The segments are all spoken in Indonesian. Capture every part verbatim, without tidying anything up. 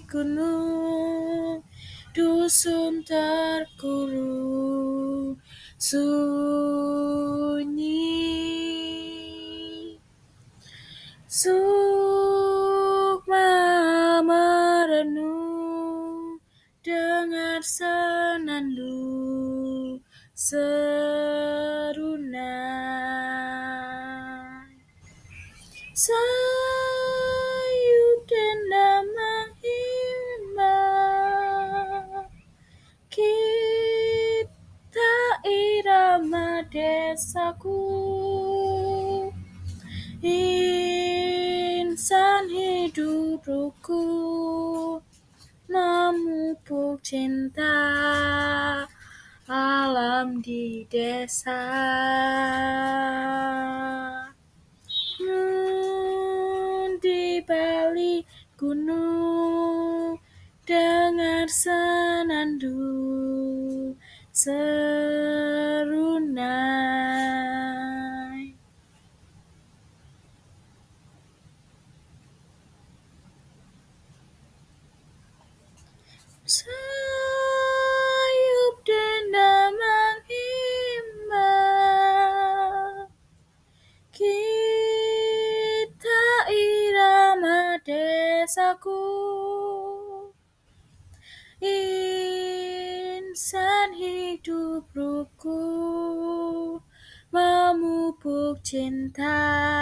gunung, dusun terkurung sunyi. Sukma merenung, dengar senandung serunai. Sayup denda menghibah, kita irama desaku. Insan hidup rukun, memupuk cinta alam di desa. Nun di balik gunung, dengar senandung serunai. Sayup denda menghibah, kita irama desaku. Insan hidup rukun, memupuk cinta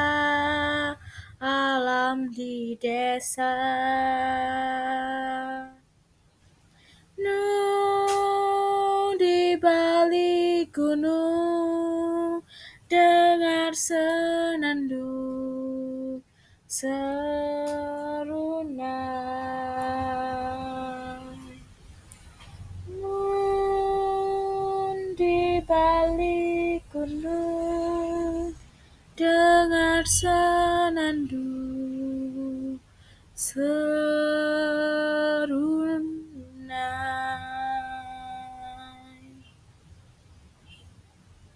alam di desa. Nun di balik gunung, dengar senandung serunai. Nun di balik gunung, dengar senandung serunai.